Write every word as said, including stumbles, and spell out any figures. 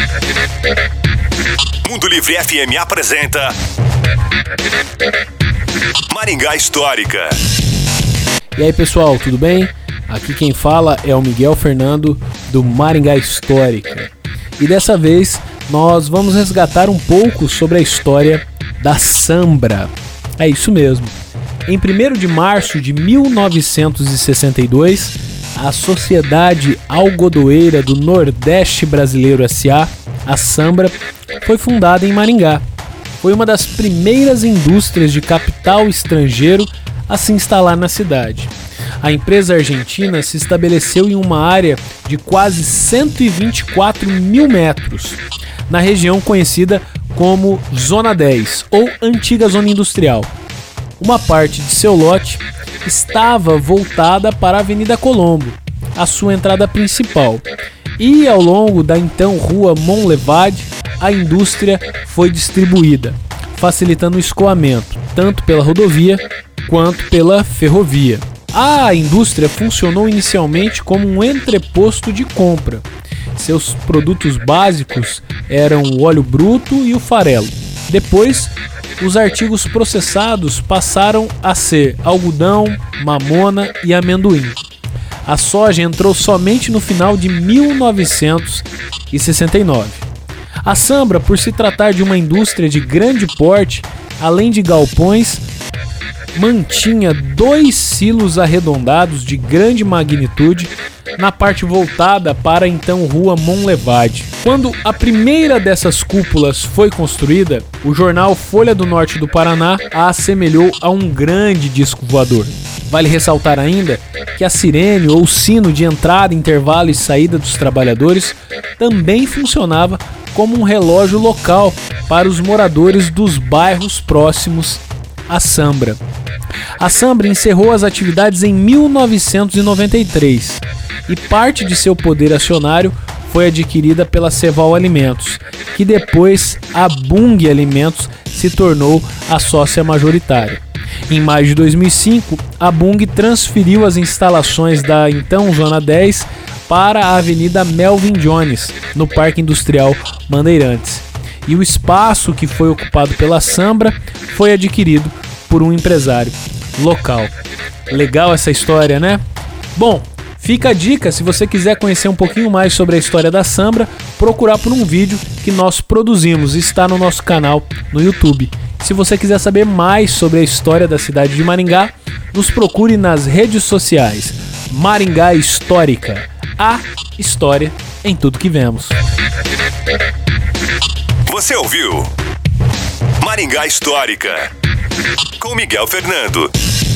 Mundo Livre F M apresenta Maringá Histórica. E aí pessoal, tudo bem? Aqui quem fala é o Miguel Fernando do Maringá Histórica. E dessa vez nós vamos resgatar um pouco sobre a história da Sambra. É isso mesmo. Em primeiro de março de mil novecentos e sessenta e dois, a Sociedade Algodoeira do Nordeste Brasileiro S A, a Sambra, foi fundada em Maringá. Foi uma das primeiras indústrias de capital estrangeiro a se instalar na cidade. A empresa argentina se estabeleceu em uma área de quase cento e vinte e quatro mil metros, na região conhecida como Zona dez, ou Antiga Zona Industrial. Uma parte de seu lote estava voltada para a Avenida Colombo, a sua entrada principal, e ao longo da então Rua Monlevade, a indústria foi distribuída, facilitando o escoamento, tanto pela rodovia quanto pela ferrovia. A indústria funcionou inicialmente como um entreposto de compra. Seus produtos básicos eram o óleo bruto e o farelo. Depois, os artigos processados passaram a ser algodão, mamona e amendoim. A soja entrou somente no final de mil novecentos e sessenta e nove. A Sambra, por se tratar de uma indústria de grande porte, além de galpões, mantinha dois silos arredondados de grande magnitude na parte voltada para a então Rua Monlevade. Quando a primeira dessas cúpulas foi construída, o jornal Folha do Norte do Paraná a assemelhou a um grande disco voador. Vale ressaltar ainda que a sirene ou sino de entrada, intervalo e saída dos trabalhadores também funcionava como um relógio local para os moradores dos bairros próximos à Sambra. A Sambra encerrou as atividades em mil novecentos e noventa e três e parte de seu poder acionário foi adquirida pela Ceval Alimentos, que depois a Bung Alimentos se tornou a sócia majoritária. Em maio de dois mil e cinco, a Bung transferiu as instalações da então Zona dez para a Avenida Melvin Jones, no Parque Industrial Bandeirantes. E o espaço que foi ocupado pela Sambra foi adquirido por um empresário local. Legal essa história, né? Bom, fica a dica, se você quiser conhecer um pouquinho mais sobre a história da Sambra, procurar por um vídeo que nós produzimos, está no nosso canal no YouTube. Se você quiser saber mais sobre a história da cidade de Maringá, nos procure nas redes sociais. Maringá Histórica, a história em tudo que vemos. Você ouviu Maringá Histórica com Miguel Fernando.